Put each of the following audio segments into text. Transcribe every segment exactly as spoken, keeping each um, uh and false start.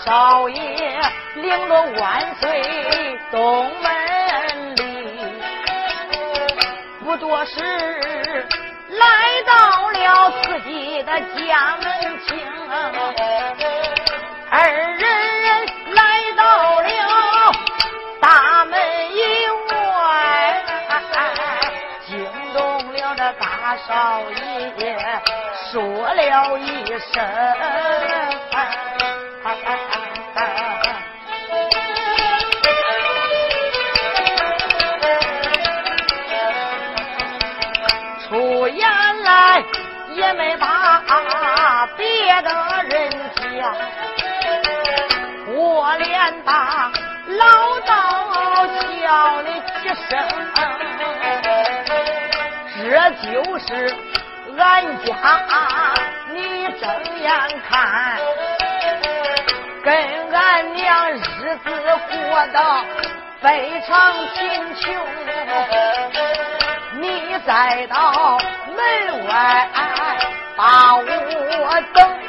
少爷领着万岁东门里，不多时来到了自己的家门厅，二人来到了大门以外，惊动了这大少爷，说了一声出言来也没把别的人讲，我连把老道叫你几声，这就是俺家你睁眼看，跟俺娘日子过得非常贫穷，你再到门外把我等，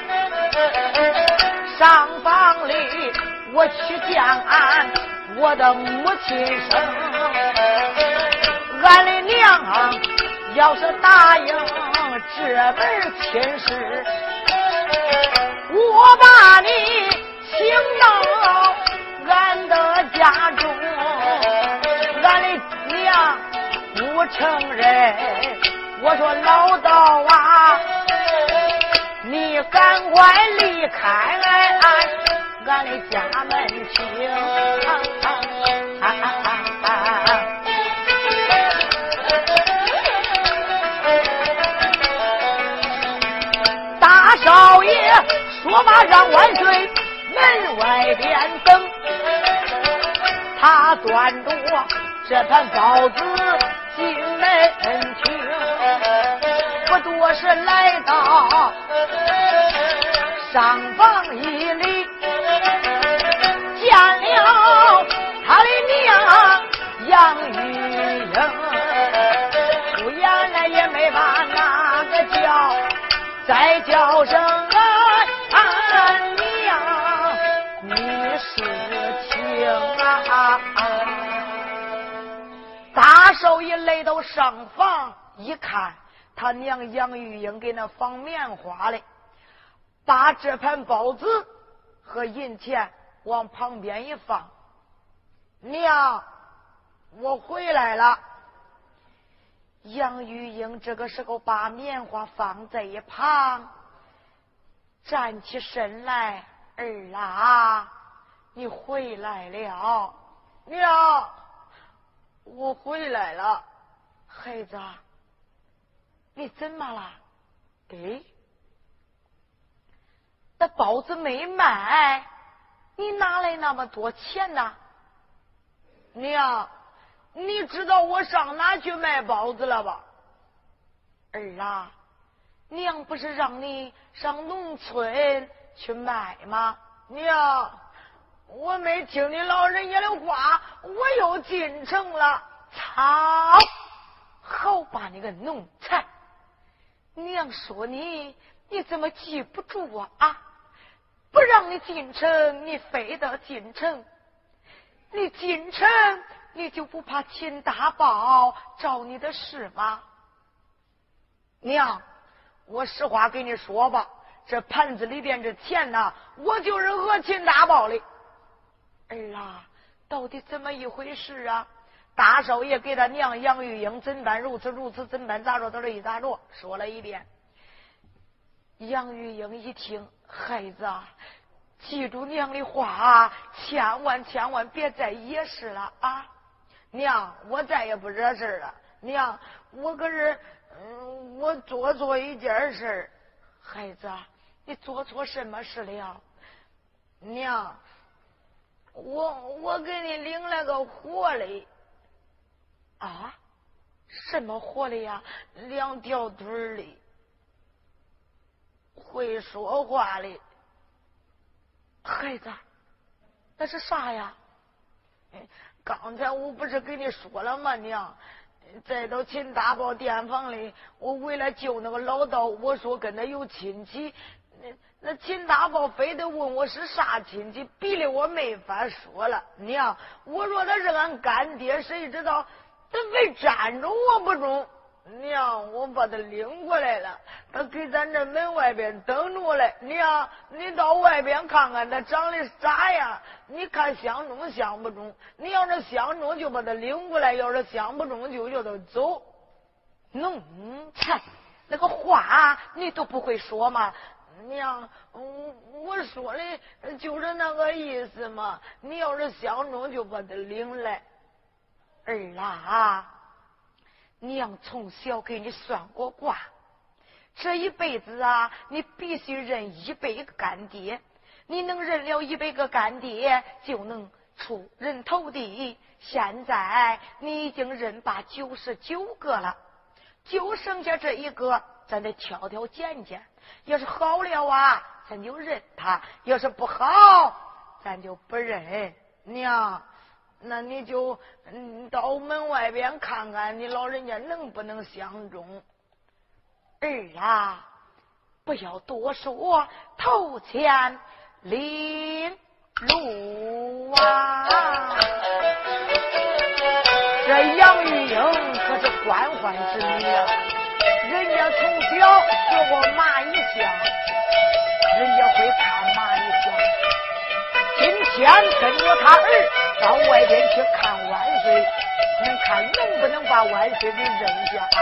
上房里我去见俺我的母亲生，俺的娘要是答应这门亲事，我把你请到俺的家中，俺的娘不承认。我说老道啊，你赶快离开俺俺的家门去，啊啊啊啊大少爷说罢让万岁门外边等，他端着这盘包子进门去，不多时来到上房一里，见了他的娘杨玉英，出言来也没把那个叫，再叫声俺娘，你是情啊！大少爷来到上房一看，他娘杨玉英给那放棉花嘞，把这盘包子和银钱往旁边一放，娘，我回来了。杨玉英这个时候把棉花放在一旁，站起身来，儿啊，你回来了。娘，我回来了。孩子，你怎么了？给那包子没卖，你哪来那么多钱呢？娘，你知道我上哪去卖包子了吧？儿啊，娘不是让你上农村去卖吗？娘，我没听你老人家的话，我又进城了。操！好把你个农残！娘说你，你怎么记不住我啊？不让你进城，你非得进城。你进城，你就不怕秦大宝找你的事吗？娘，我实话跟你说吧，这盘子里边这钱呢，我就是讹秦大宝的。儿啊，到底怎么一回事啊？大少爷给他娘杨玉英怎办如此如此怎办咋着，他这一咋着说了一遍。杨玉英一听，孩子啊，记住娘的话，千万千万别再惹事了啊！娘，我再也不惹事了。娘，我可是，嗯，我做错一件事。孩子，你做错什么事了？娘，我我给你领了个活嘞。啊？什么活嘞呀？两条腿嘞，会说话嘞。孩子，那是啥呀？刚才我不是跟你说了吗？娘，再到秦大宝店房里，我为了救那个老道，我说跟他有亲戚， 那秦大宝非得问我是啥亲戚，逼得我没法说了。娘，我说他是俺干爹，谁知道他非占着我不中。娘，我把他领过来了，他给咱这门外边等着嘞。娘，你到外边看看他长得啥样，你看相中相不中？你要是相中就把他领过来，要是相不中就叫他走。 奴才，那个话你都不会说吗？ 娘，我说的就是那个意思嘛。你要是相中就把他领来。 儿啊，娘从小给你算过卦，这一辈子啊，你必须认一百个干爹。你能认了一百个干爹，就能出人头地。现在你已经认把九十九个了，就剩下这一个，咱得挑挑拣拣。要是好了啊，咱就认他；要是不好，咱就不认。 娘，那你就嗯到门外边看看，你老人家能不能相中？ 儿啊，不要多说，头前领路啊！ 这杨玉英可是官宦之女啊，人家从小学过蚂蚁相，人家会看蚂蚁相。今天跟着他儿到外边去看万岁，能看能不能把万岁给认下啊？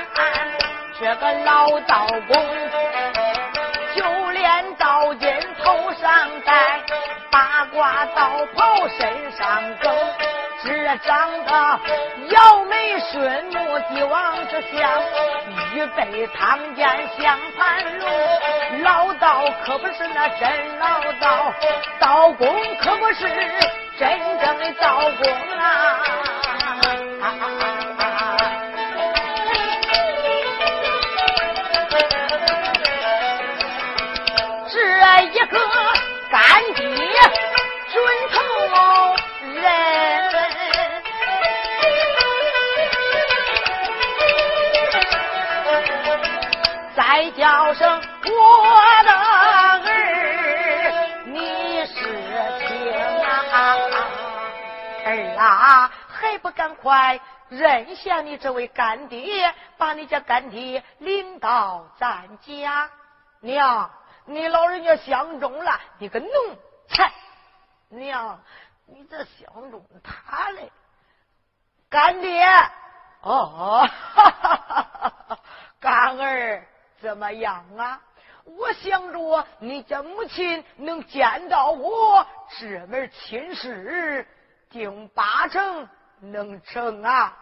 这个老道公就连刀尖头头上戴，八卦道袍身上更，只长得摇眉顺目，帝王之相，预备汤剑相盘龙。老道可不是那真老道，道公可不是真正的道公啊！这一个干爹准头人，再叫声我的儿，你是听啊儿啊，还不赶快认下你这位干爹，把你家干爹领到咱家。娘，你老人家相中了，你个奴才！娘，你这相中他嘞？干爹，哦，哈哈哈哈，干儿怎么样啊？我想着你家母亲能见到我这门亲事，定八成能成啊！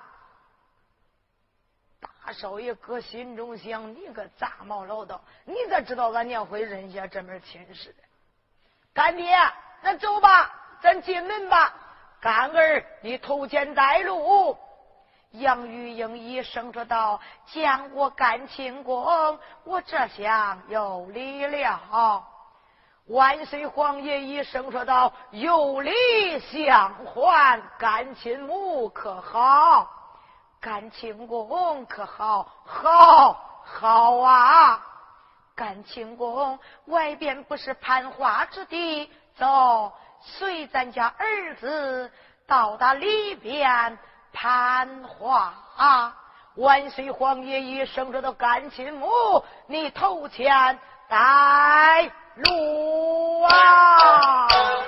大少爷搁心中想，你个杂毛老道，你咋知道俺娘会认下这门亲事？干爹，那走吧，咱进门吧。干儿，你头前带路。杨玉英一声说道：“将我干亲公，我这厢有礼了。”万岁皇爷一声说道：“有礼相还，干亲母可好？干亲公可好？好，好啊！干亲公，外边不是攀花之地，走，随咱家儿子到达里边攀花啊！”万岁皇爷一声说道：“干亲母，你头前带路啊！”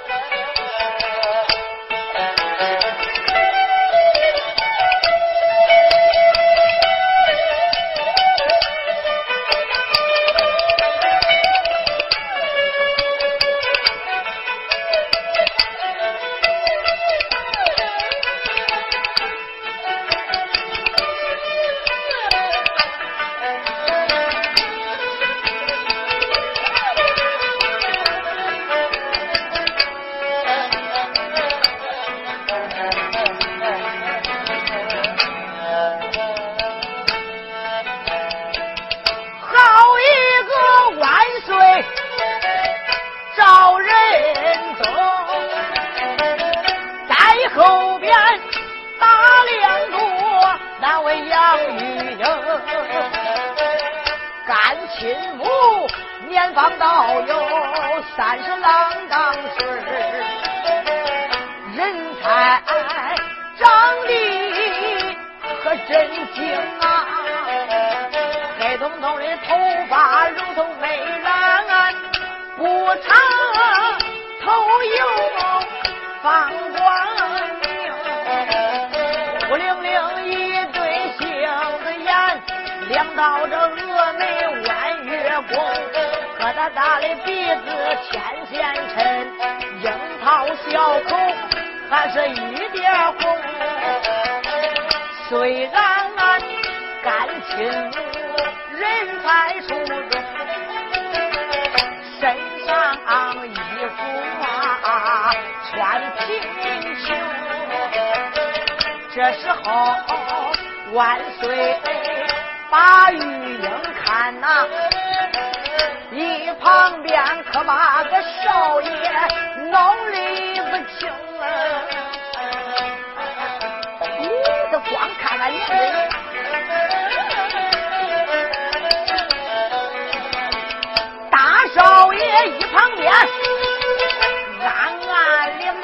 方道有三十郎当岁，人才长得可真精啊，黑彤彤的头发如同美髯，不长头有放光明，孤零零一对杏子眼，两道这峨眉弯月光，疙瘩大的鼻子浅浅沉，樱桃小口还是一点红。虽然俺干亲人才出众，身上衣服啊穿贫穷，这时候万岁把玉英看呐、啊，一旁边可把个少爷脑里不清啊！你这光看看你这大少爷一旁边暗暗的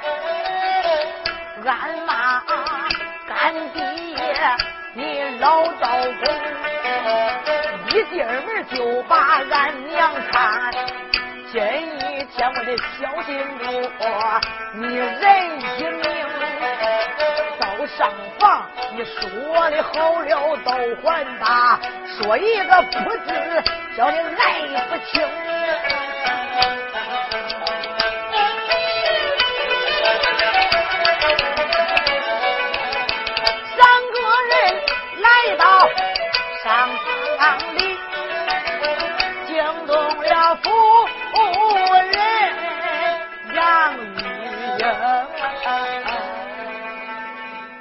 骂，暗骂干爹你老道公，一进门就把俺娘看，今一天我得小心住，你人一命到上房，你说的好了都还他，说一个不字叫你来不清。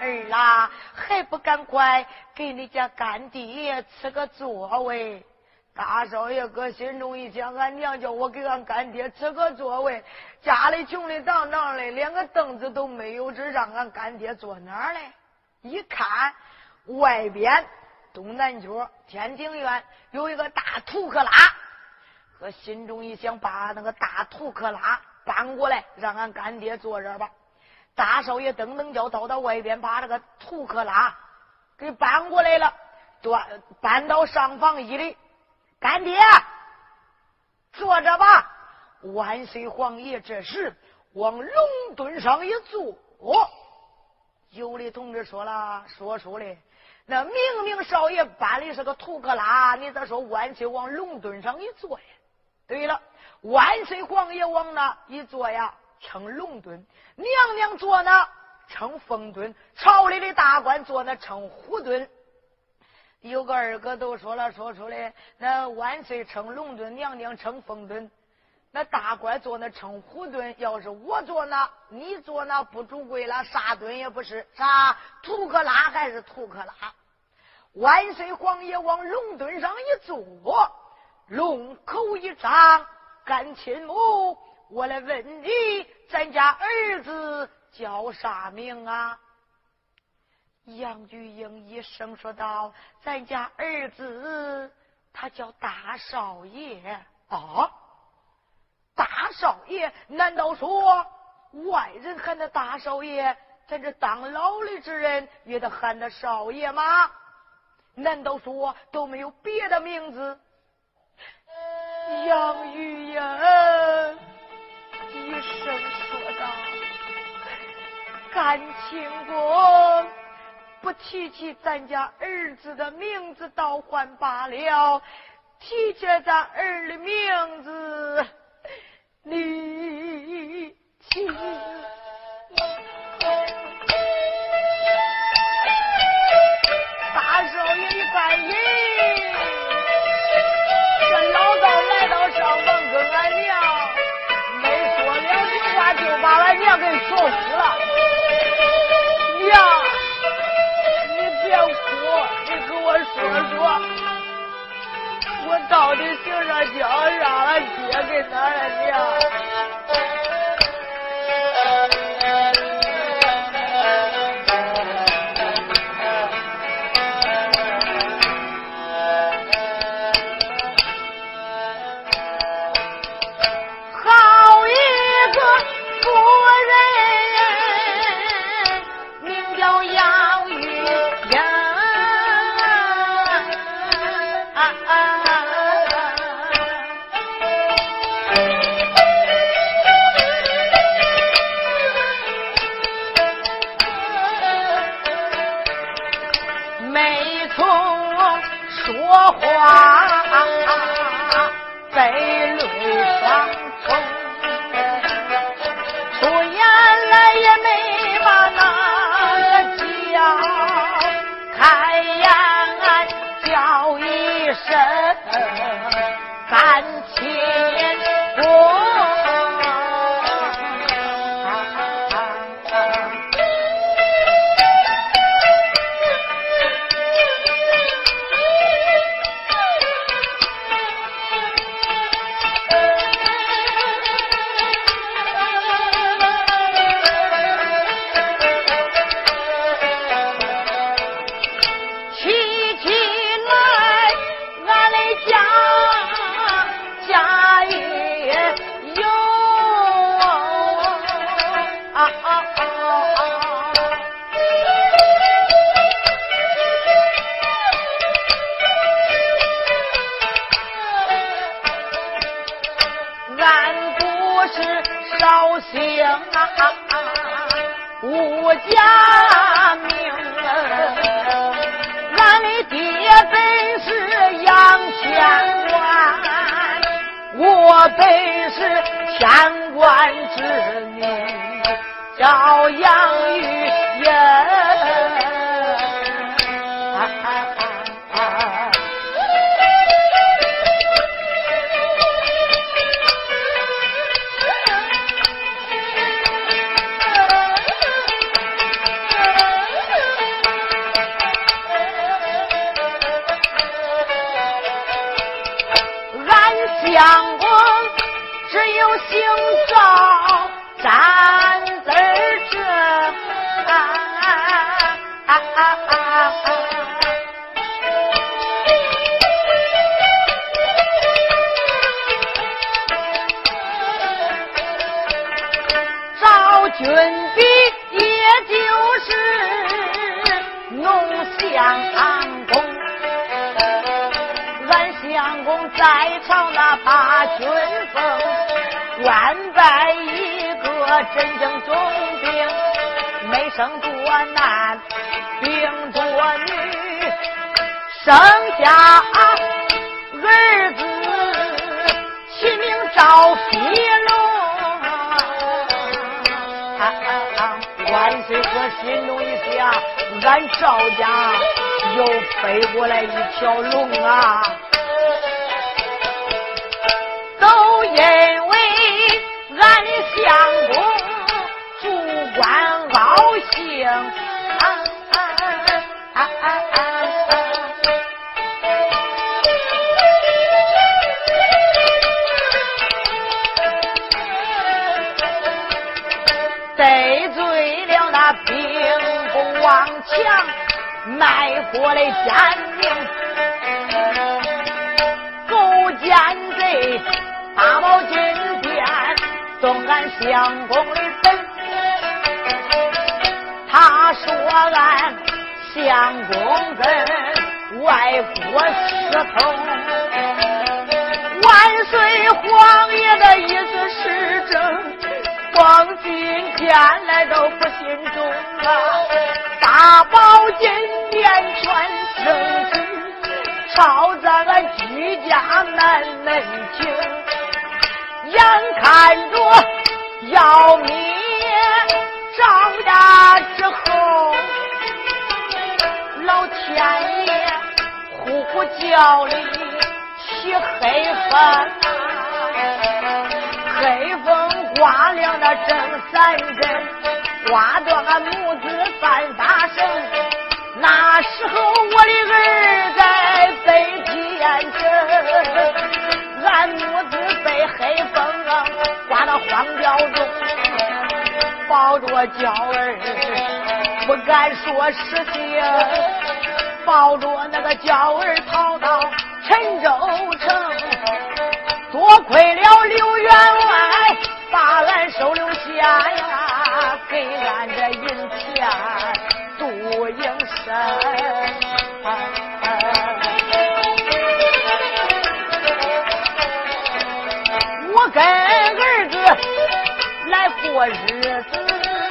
儿啦，还不赶快给你家干爹赐个座位？大少爷搁心中一想，俺娘叫我给俺干爹赐个座位，家里穷的当当的，连个凳子都没有，这让俺干爹坐哪儿嘞？一看外边东南角天庭院有一个大图克拉，搁心中一想，把那个大图克拉搬过来，让俺干爹坐这儿吧。大少爷噔噔脚到到外边，把这个图克拉给搬过来了，端搬到上房椅里。干爹坐着吧。万岁皇爷这时往龙墩上一坐，哦，有的同志说了，说出来，那明明少爷搬的是个图克拉，你咋说万岁往龙墩上一坐呀？对了，万岁皇爷往那一坐呀，称龙墩；娘娘坐那称凤墩；朝里的大官坐那称虎墩。有个二哥都说了，说出来，那万岁称龙墩，娘娘称凤墩，那大官坐那称虎墩。要是我坐那，你坐那不主贵了，啥墩也不是，啥图克拉还是图克拉。万岁皇爷往龙墩上一坐，龙口一张，干亲母，我来问你，咱家儿子叫啥名啊？杨玉英一声说道：“咱家儿子他叫大少爷啊！大少爷，难道说外人喊他大少爷，咱这当老的之人也得喊他少爷吗？难道说都没有别的名字？”杨玉英一声说道：“干亲公。不提起咱家儿子的名字倒还罢了，提起咱儿的名字，你亲。”大少爷一看，咦，这老道来到上房跟俺娘没说两句话，就把俺娘给说死了。娘，别哭，你跟我说说，我到底姓啥叫，让俺爹给哪儿了娘？好一个夫人，名叫杨玉英。没从说话被泪双冲，出言来也没把那个叫，开言叫一声干亲公。无家名，俺的爹本是杨千官，我本是千官之女，叫杨玉英。 相公，俺相公在朝那把军封，官拜一个真正总兵，没生多男，病多女，生下儿子起名赵飞龙。万岁哥心中一想，俺赵家又飞过来一条龙啊！都因为俺的相公主官傲性啊啊啊啊啊！得罪了那兵锋王强，卖国的奸佞，勾奸贼大宝金殿，动俺相公的身。他说俺相公跟外国私通，万岁皇爷的意思是正，光今天来都不心中啊！大宝金殿传圣旨，抄咱俺居家难门庭，眼看着要灭赵家之后，老天爷呼呼叫里起黑风，黑风刮了那正三针，刮得俺母子犯大生。那时候我的儿在北天城，俺母子被黑风刮到荒郊中，抱着娇儿不敢说实情，抱着那个娇儿逃到陈州城，多亏了刘员外把俺收留下呀，给俺这银钱镀营身。我跟儿子来过日子，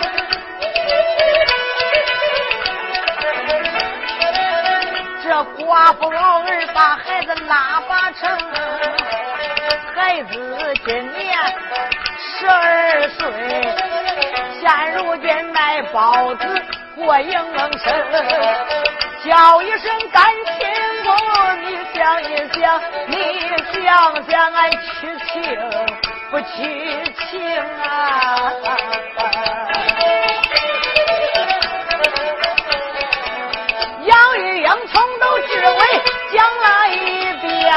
这寡妇老儿把孩子拉拔成，孩子今年十二岁，现如今卖包子过营生，叫一声干亲公，你想一想，你想想俺屈情不屈情啊！杨玉英从头至尾讲了一遍，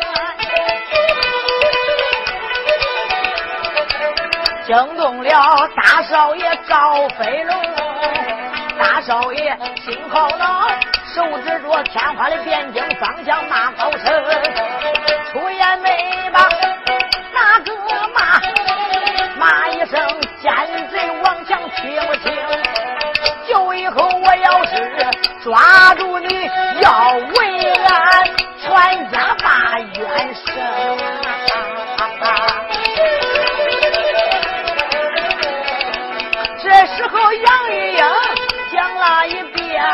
惊动了大少爷赵飞龙。大少爷心好恼，手指着天花的边境方向骂高声，出言没把那个骂骂一声奸贼王强，听不清？就以后我要是抓住你，要为俺全家把冤伸。这时候杨玉英讲了一遍，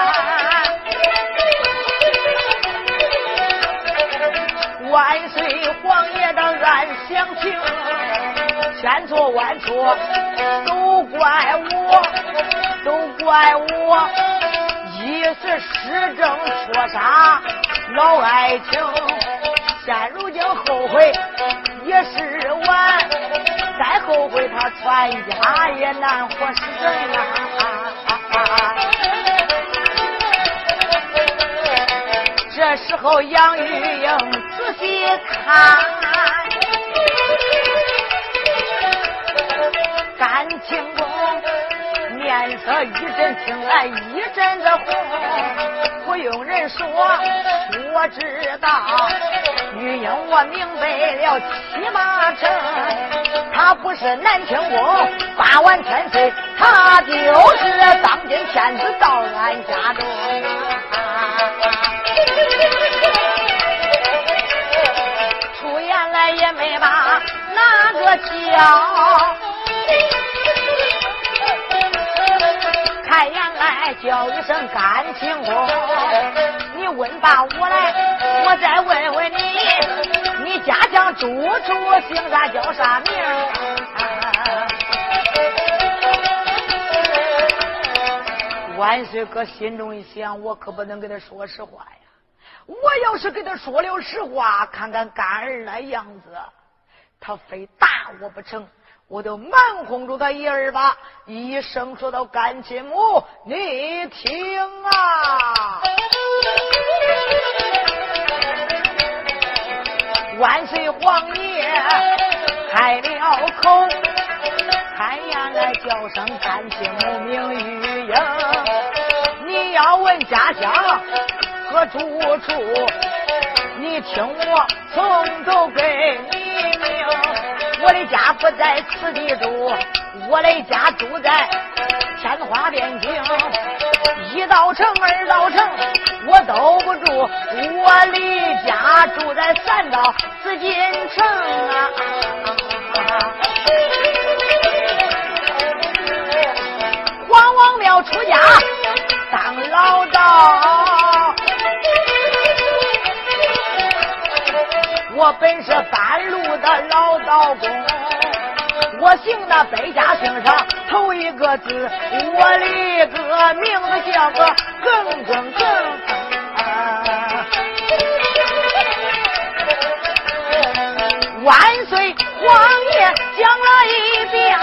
万岁皇爷的暗详情，千错万错都怪我，都怪我一时失政错杀老爱情，现如今后悔也是晚，再后悔他全家也难活是人啊！这时候杨玉英仔细看，甘清公面色一阵青来一阵的红，不用人说，我知道。玉英我明白了骑马城，他不是南清宫八万千岁，他就是当今天子到俺家中。出言来也没把哪个叫，开言来叫一声感情公。你问罢我来，我再问问你，你家乡住处姓啥叫啥名？万岁哥心中一想，我可不能跟他说实话呀。我要是给他说了实话，看看干儿那样子，他非打我不成，我就蛮哄住他一儿吧。一声说到干亲母，你听啊！万岁皇爷开了口，开言来叫声干亲母名玉英，你要问家乡何住处，你听我从头给你明。我的家不在此地住，我的家住在天花边境，一道城二道城我都不住，我离家住在三道紫禁城啊。黄王庙出家当老道，我本是半路的老道公，我姓那北家姓上头一个字，我的个名字叫个耿耿耿。万岁皇爷讲了一遍，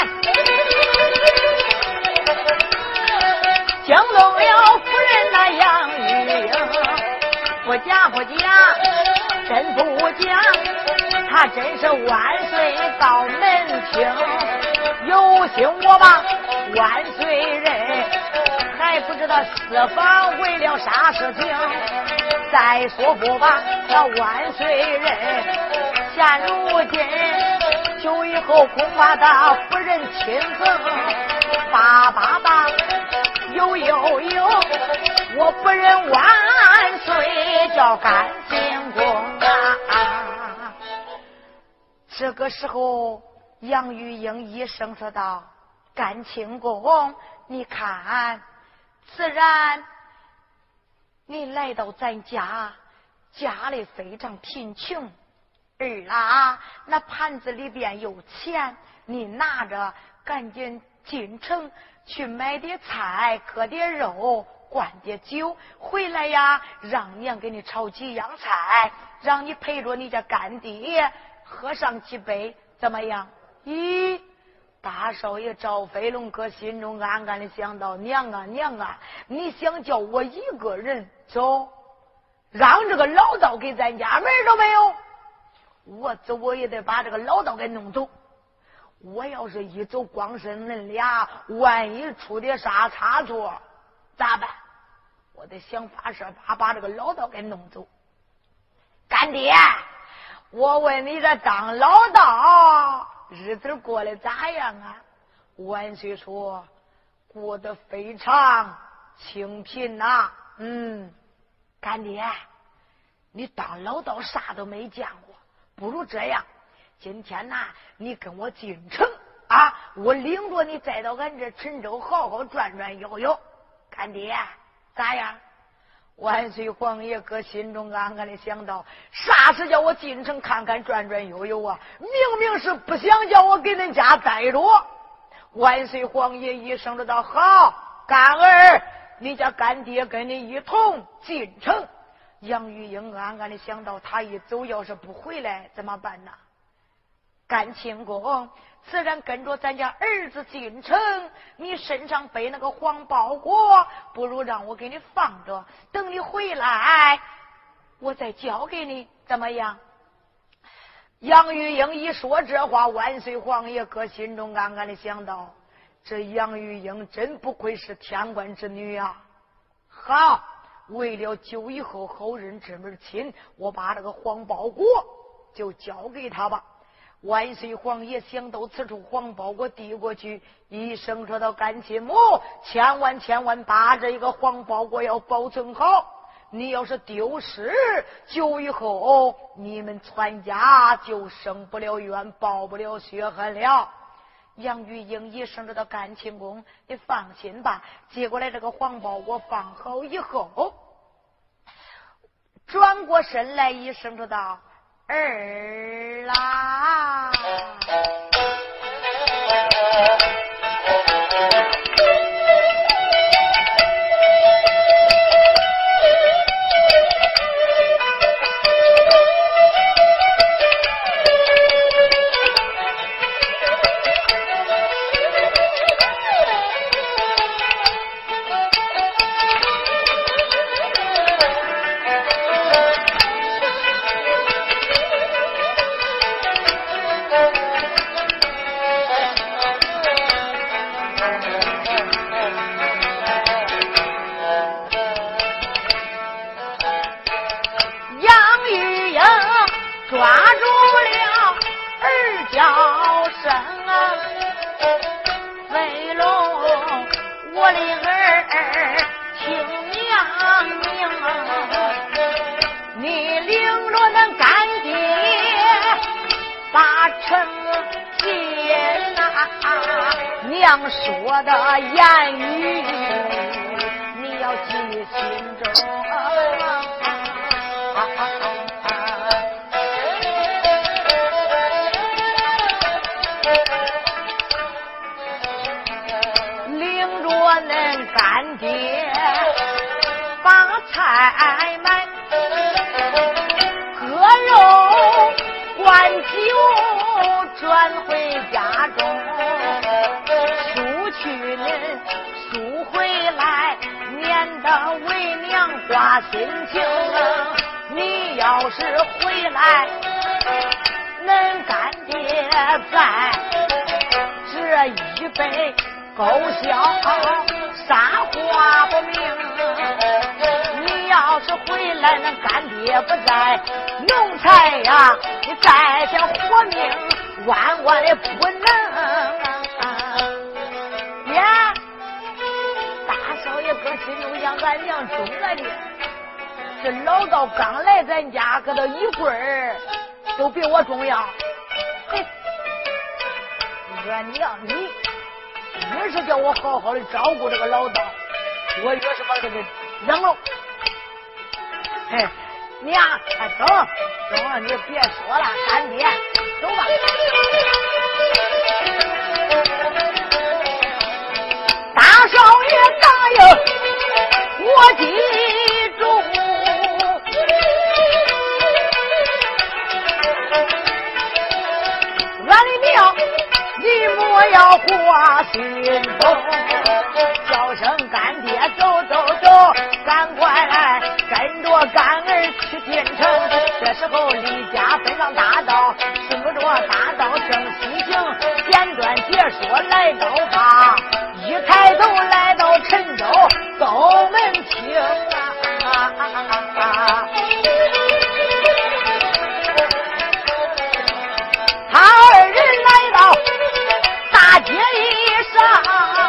惊动了夫人那杨玉英，不假不假，真不假，他真是万岁到门厅，有心我吧万岁人，还不知道四方为了啥事情。再说不吧，那万岁人现如今就以后恐怕他夫人亲赠八八八有有有，我夫人万岁叫干亲公啊！这个时候杨玉英一声说道：干亲公，你看自然你来到咱家，家里非常贫穷，儿啦那盘子里边有钱，你拿着赶紧进城去买点菜，割点肉，灌点酒，回来呀让娘给你炒几样菜，让你陪着你家干爹喝上几杯，怎么样？咦，大少爷赵飞龙可心中暗暗的想到：娘啊娘啊，你想叫我一个人走，让这个老道给咱家门都没有，我走我也得把这个老道给弄走。我要是一走，光身恁俩万一出点啥差错咋办？我得想法设法把这个老道给弄走。干爹，我问你，这当老道日子过得咋样啊？万岁说过得非常清贫呐、啊。嗯，干爹，你当老道啥都没见过，不如这样，今天呐、啊，你跟我进城啊，我领着你再到俺这陈州好好转转悠悠。干爹咋样？万岁皇爷搁心中暗暗的想到，啥是叫我进城看看转转悠悠啊？明明是不想叫我给恁家待着。万岁皇爷一声说道：好，干儿，你家干爹跟你一同进城。杨玉英暗暗的想到，他一走要是不回来怎么办呢？干亲公自然跟着咱家儿子进城，你身上背那个黄包裹，不如让我给你放着，等你回来我再交给你，怎么样？杨玉英一说这话，万岁皇爷搁心中暗暗的想到，这杨玉英真不愧是天官之女啊！好， 为了救以后后人这门亲，我把这个黄包裹就交给他吧。万岁皇爷想到此处，黄包裹递过去，一声说道：“干亲母，千万千万把这一个黄包裹要保存好。你要是丢失，久以后你们全家就生不了冤，报不了血恨了。”杨玉英一声说道：“干亲公，你放心吧。”接过来这个黄包裹放好以后，转过身来一声说道：“儿啦！”娘说的言语，你要记心中。领着恁干爹把菜买，割肉灌酒转回家中。去恁赎回来，免得为娘挂心情。你要是回来，恁干爹在这一杯勾销，啥话不明。你要是回来，恁干爹不在，奴才呀，你再想活命，万万的不能。大少爷搁心中想，俺娘中了的，这老道刚来咱家，搁到一会儿都比我重要。嘿，俺娘你越是叫我好好的照顾这个老道，我越是把这个扔了。嘿，娘，走走，你别说了，干爹，走吧。大少爷答应我记住，俺的娘你莫要挂心中，叫声干爹走走走，赶快来跟着干儿去进城。这时候离家奔上大道，顺着大道正西行，简短解说来到吧，一抬头来到陈州东门厅啊，他二人来到大街上，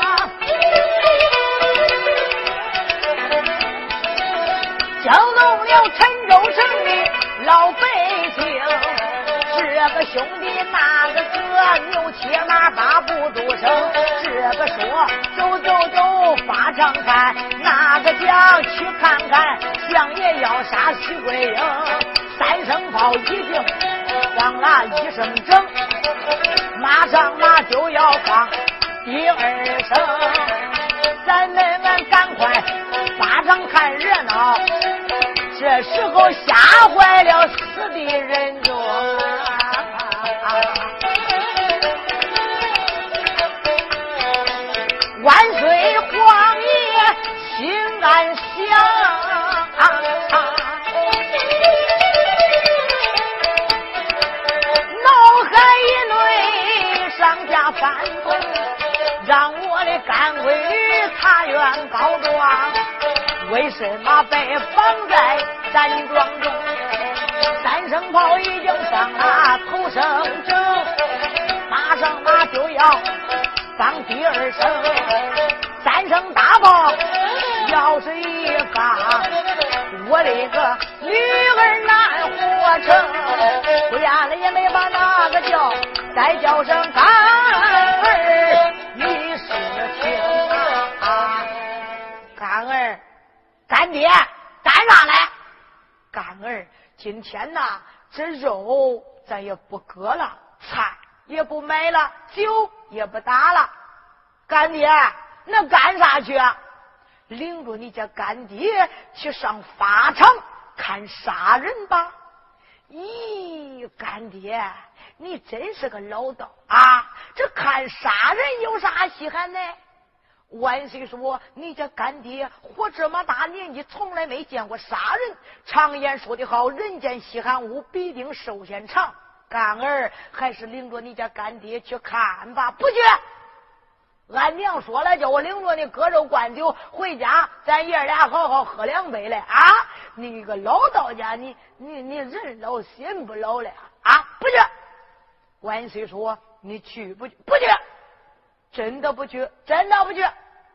叫动了陈州城里老百姓，这个兄弟那个哥，牛骑马把不住声，这个说走走走发长开，那个讲去看看相爷要杀徐桂英，三声炮已经响了一声整，马上马就要放第二声，咱们们赶快巴掌看热闹，这时候吓坏了死的人众啊！万岁皇爷心安详啊，脑海一内上下翻动，让我的干闺女她愿告状。 为什么被绑在山庄中？三声炮已经上了头声正，马上马就要放第二声。三声大炮要是一发，我的个女儿难活成。不然了也没把那个叫，再叫声干儿，你是听啊！干儿，干爹，干啥来？干儿，今天呐，这肉咱也不割了，菜也不买了，酒也不打了。干爹，那干啥去啊？领着你家干爹去上法场看杀人吧。咦，干爹，你真是个老道啊！这看杀人有啥稀罕呢？万岁说，你家干爹活这么大年纪，从来没见过杀人。常言说得好，人间稀罕物，必定寿限长。干儿还是领着你家干爹去看吧。不去，俺娘说了，叫我领着你割肉灌酒回家，咱爷俩好好喝两杯来啊！你个老道家，你你你人老心不老了啊！不去。万岁说，你去不去？不去，真的不去，真的不去。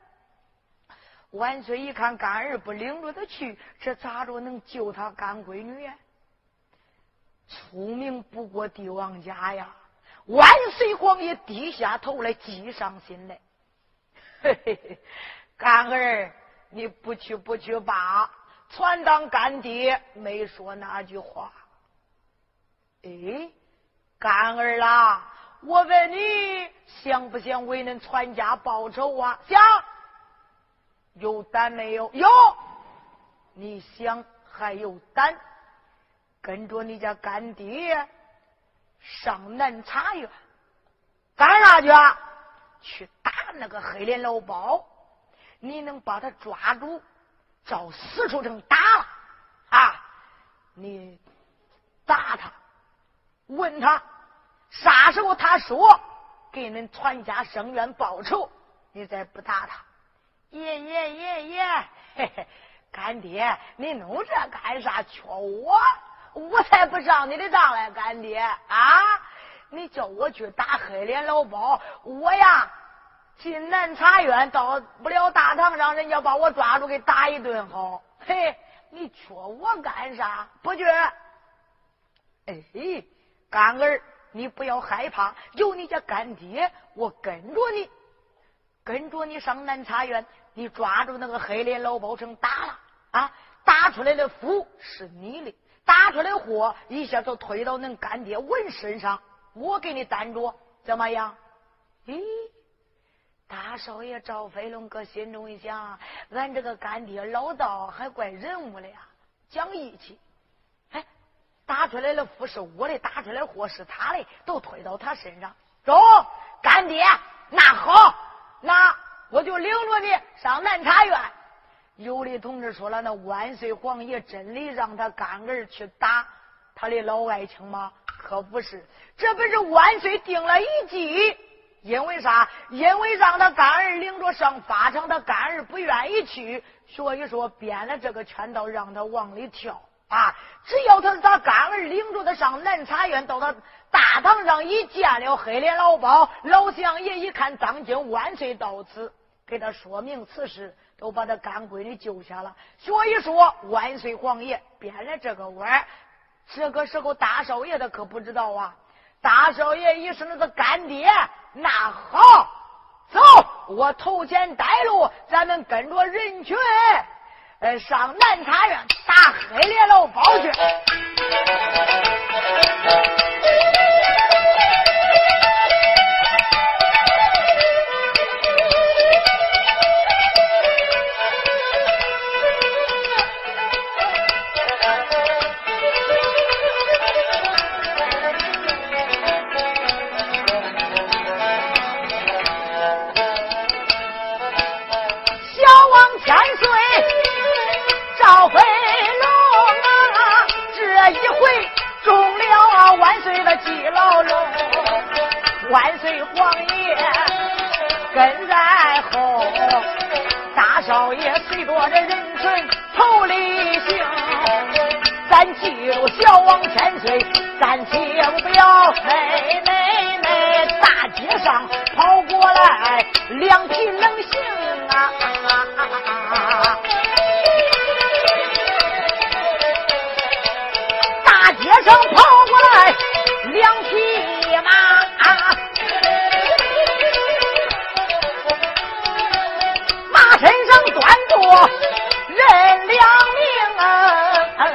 万岁一看干儿不领着他去，这咋着能救他干闺女呀？聪明不过帝王家呀！万岁皇爷低下头来，计上心来。嘿嘿嘿，干儿，你不去不去罢，传当干爹没说那句话。哎，干儿啦，我问你，想不想为恁全家报仇啊？想。有胆没有？有。你想还有胆，跟着你家干爹上南茶园干啥去啊？去打那个黑脸老包，你能把他抓住，照死处成打了啊！你打他，问他啥时候他说给恁全家生冤报仇，你再不打他。耶耶耶耶，嘿嘿，干爹，你弄这干啥？缺我，我才不上你的当来，干爹啊！你叫我去打黑脸老包，我呀进南茶园，到不了大堂上，人家把我抓住给打一顿好。嘿，你缺我干啥？不去。哎，干儿，你不要害怕，有你家干爹，我跟着你，跟着你上南茶园，你抓住那个黑脸老包成打了啊！打出来的福是你的，打出来的祸一下就推到恁干爹文身上，我给你担着，怎么样？咦，大少爷赵飞龙搁心中一想，俺这个干爹老道还怪人物的呀，讲义气。哎，打出来的福是我的，打出来的祸是他的，都推到他身上。走，干爹，那好，那我就领着你上南茶园。有的同志说了，那万岁皇爷真的让他干儿去打他的老爱卿吗？可不是，这不是万岁定了一计，因为啥？因为让他干儿领着上法场，他干儿不愿意去，所以说编了这个圈道让他往里跳啊！只要他他干儿领着他上南茶园，到他大堂上一见了黑脸老包，老相爷一看当今万岁到此，给他说明此事，都把他干闺女救下了。所以说万岁皇爷编了这个弯。这个时候大少爷的可不知道啊，大少爷一声那个干爹，那好，走，我头前带路，咱们跟着人群呃上南茶园打黑脸老包去。万岁皇爷跟在后，大少爷随着这人群记住小王千岁，暂且不要嘿内内大街上跑过来，两匹能行啊！大街上跑过来两匹马，马身上端着人两名啊！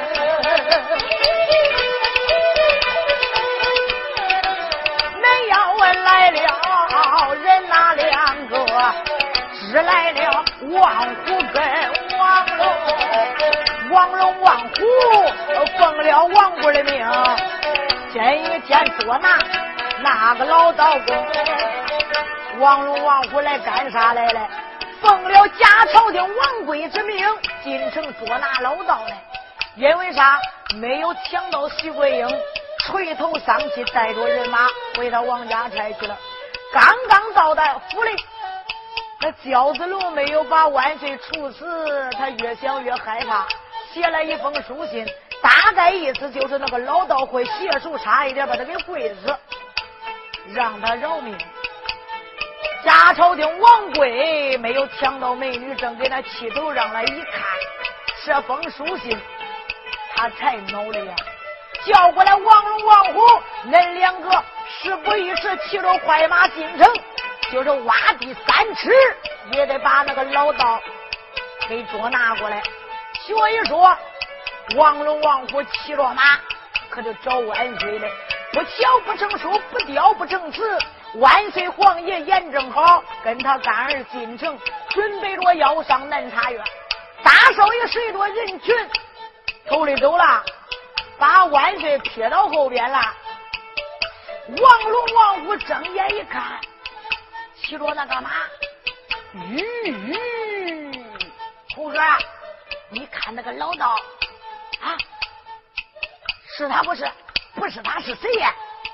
恁要问来了人哪两个？只来了王虎跟王龙，王龙王虎奉了王贵的命，今一天捉拿那个老道公。王龙王虎来干啥来了？奉了假朝廷王贵之命，进城捉拿老道来。因为啥？没有抢到徐桂英，垂头丧气带着人马回到王家寨去了。刚刚到达府里，那焦子龙没有把万岁处死，他越想越害怕，写了一封书信，大概意思就是那个老道会写书差一点把他给跪死，让他饶命。假朝廷王贵没有抢到美女证，给他气头让来一看，这封书信他才恼了呀，叫过来王龙王虎，恁两个事不宜迟，骑着快马进城，就是挖地三尺也得把那个老道给捉拿过来。所以说王龙王虎骑着马可就找万岁了，不巧不成书，不雕不成词。万岁皇爷眼正好，跟他干儿进城，准备着要上南茶园。大少爷随着人群头里走了，把万岁撇到后边了。王龙王虎睁眼一看，骑着那干嘛？吁，胡哥，你看那个老道啊，是他不是？不是他是谁呀？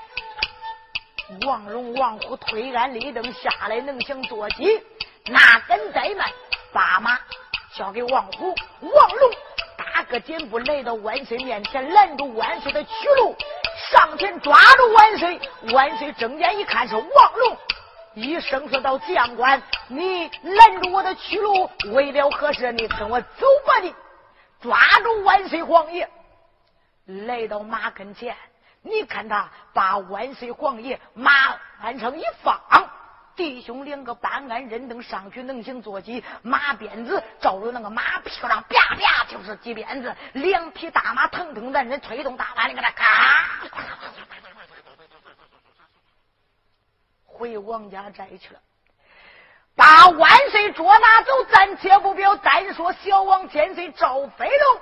王龙王虎推杆立蹬下来，能行坐骑，哪敢怠慢，把马交给王虎。王龙大个箭步来到万岁面前，拦住万岁的去路，上前抓住万岁。万岁睁眼一看是王龙，一声说道：“将官，你拦住我的去路，为了何事？你跟我走吧！”你抓住万岁皇爷，来到马跟前。你看他把万岁皇爷马鞍上一放，弟兄两个搬鞍人等上去，能行坐骑，马鞭子照着那个马屁股上啪啪就是几鞭子，两匹大马腾腾的人推动大马，你看他咔回王家寨去了，把万岁捉拿走。暂且不表，单说小王千岁赵飞龙，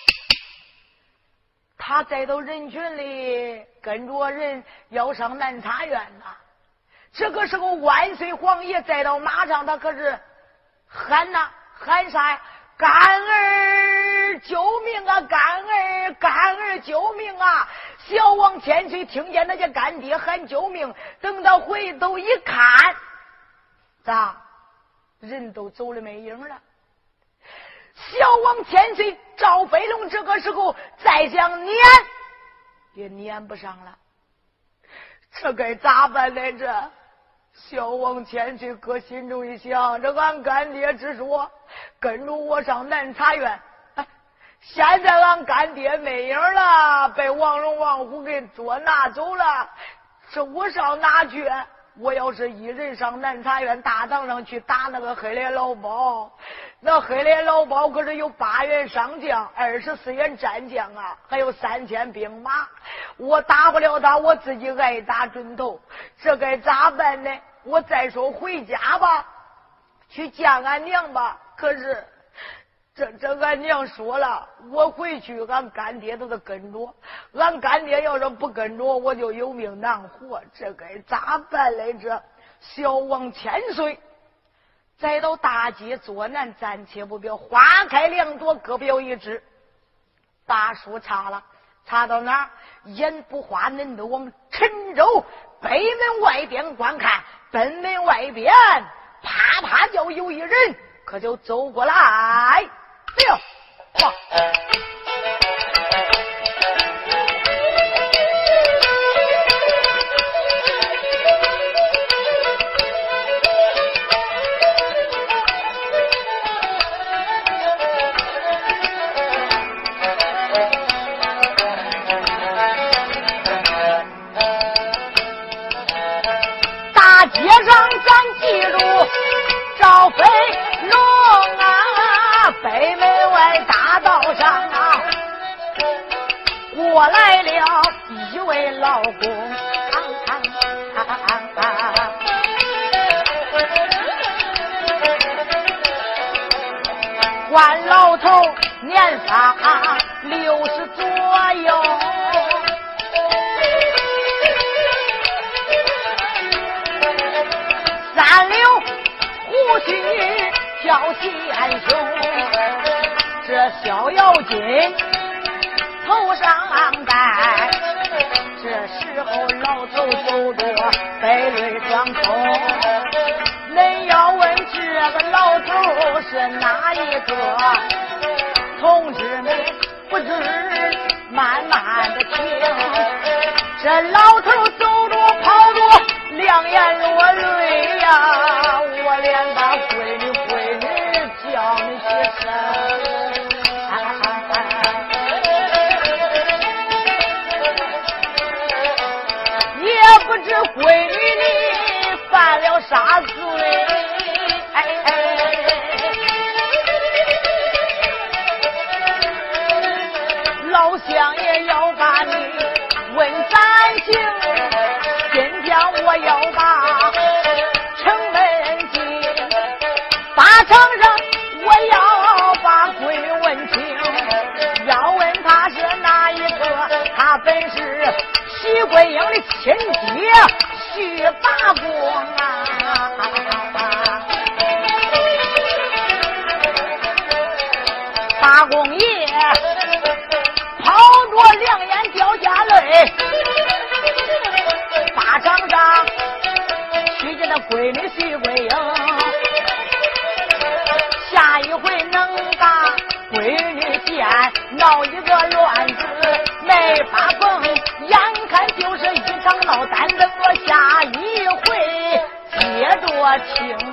他再到人群里跟着人要上南茶院呐。这个时候万岁皇爷再到马上，他可是喊呐、啊、喊啥呀？干儿救命啊！干儿干儿救命啊！小王千岁听见那些干爹喊救命，等他回头一看，咋人都走了没影了。小王千岁赵飞龙这个时候再想撵也撵不上了，这该咋办来着？小王千岁搁心中一想，这俺干爹之说跟着我上南茶院，现在俺干爹没影了，被王龙王虎给捉拿走了，这我上哪去？我要是一人上南茶院大堂上去打那个黑脸老包，那黑脸老包可是有八员上将，二十四员战将啊，还有三千兵马，我打不了他，我自己挨打准头，这该咋办呢？我再说回家吧，去见俺娘吧。可是这这俺娘说了，我回去俺干爹都得跟着，俺干爹要是不跟着我就有命难活，这该咋办来着？小王千岁再到大街作难，暂且不表，花开两朵各表一枝，把书插了，插到哪儿？眼不花恁都往陈州北门外边观看，北门外边啪啪叫有一人可就走过来，哎呦哇！ 老公。关老头年发六十左右，三绺胡须叫贤兄，这小妖精头上戴，这时候老头走着背泪双冲。恁要问这个老头是哪一个，同志们不知慢慢的听，这老头走着跑着两眼落泪呀，我连把闺女闺女叫你些声，也不知闺女你犯了啥罪，哎哎，老乡也要把你问咱情，今天我要把城门进，法场上我要把闺女问清，要问他是哪一个，他本是徐桂英的亲爹徐八公啊，八公爷跑着两眼掉下泪，法场上去见那闺女徐桂英，下一回能把闺女见闹一个乱子没法缝，眼看就是一场闹单，等我下一回接着听。